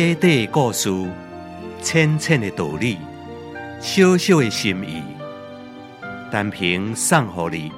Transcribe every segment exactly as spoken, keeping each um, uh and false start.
短短的故事，浅浅的道理，小小的心意，单凭送予你。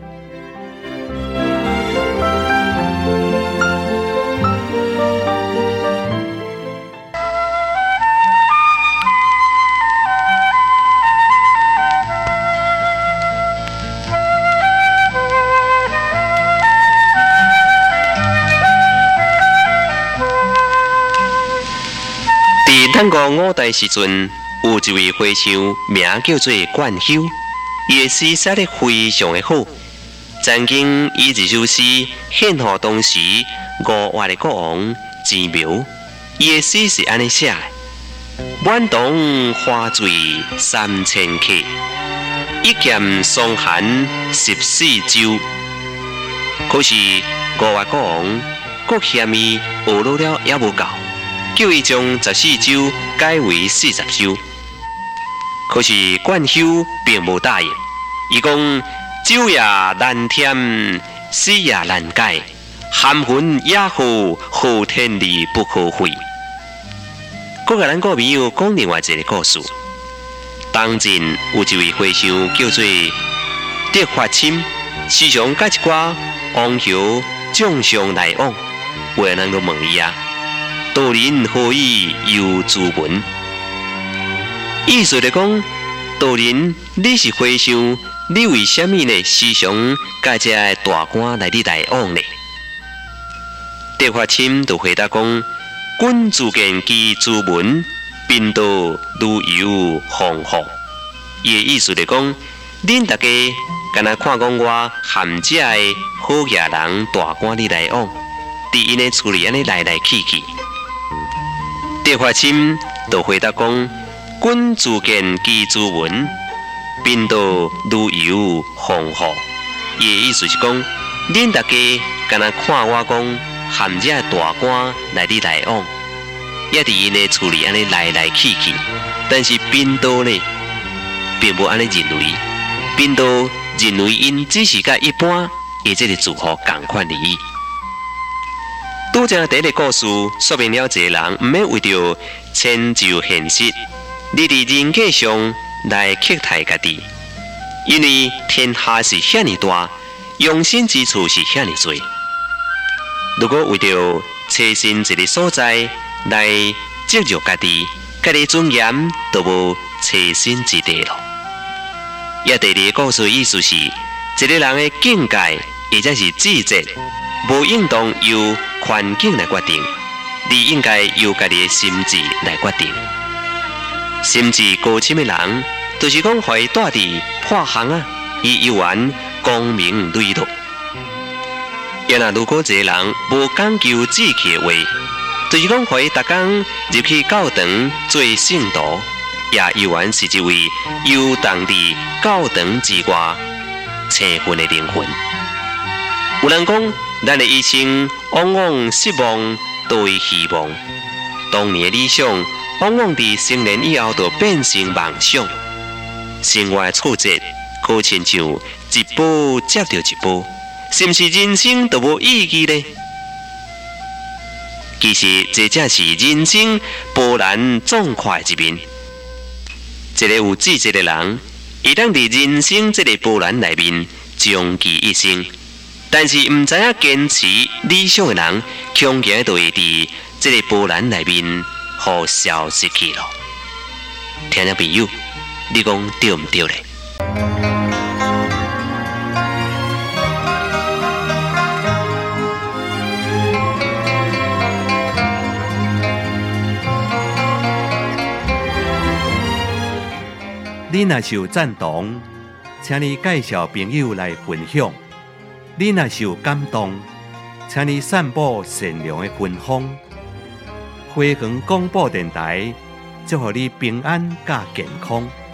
咱国五代时阵，有一位和尚，名叫做冠休，伊的诗写得非常的好。曾经以一首诗献予当时五岳的国王钱苗。伊的诗是安尼写的：满堂花醉三千客，一剑霜寒十四州。可是五岳国王国嫌伊学落了也无够。叫伊将十四州改为四十州，可是冠休并无答应。伊讲：酒也难添，诗也难改，含混也好，好天理不可废。我甲咱各朋友讲另外一个故事。当前有一位和尚叫做德法钦，时常甲一寡王侯将相来往，有人就问伊啊。道人何以有诸文？意思就讲，道人你是和尚，你为什么呢？时常甲这个大官来你来往呢？德法钦就回答讲：君自见其诸文，宾道如有鸿鹄。伊的意思就讲，恁大家敢若看讲我含这个好野人大官你来往，伫因的厝里安尼来来去去。德法钦就回答讲：君自见其诸文，宾道如有鸿鹄。伊的意思是讲，恁大家敢若看我讲含这大官来你来往，也伫因的厝里安尼来来去去。但是宾道呢，并无安尼认为，宾道认为因只是甲一般伊这个祝福同款而已。拄则第一个故事说明了一个人唔免为着迁就现实，你伫人格上来克害家己，因为天下是遐尼大，用心之处是遐尼多。如果为着找寻一个所在来执着家己，家己尊严就无找寻之地咯。也第二个故事意思是，一个人的境界或者是志节，无应当由环境来决定，你应该由家己的心智来决定。心智高深的人，就是讲可以带伫破巷啊，伊游玩光明磊落。也若如果一个人无讲究志气的话，就是讲可以逐工入去教堂做圣徒，也游玩是一位游荡伫教堂之外青魂的灵魂。有人讲，咱的一生往往失望多于希望，当年的理想往往伫成年以后就变成梦想。生活的挫折可亲像一步接着一步，是毋是人生就无意义呢？其实这才是人生波澜壮阔的一面。一个有志节的人，会当伫人生这个波澜内面终其一生。但是唔知影坚持理想的人，恐惊就会伫这个波澜内面，互消失去咯。听众朋友，你讲对唔对咧？ 你若是有赞同，请你介绍朋友来分享。你若是有感动，请你散布善良的芬芳。花光广播电台，祝福你平安加健康。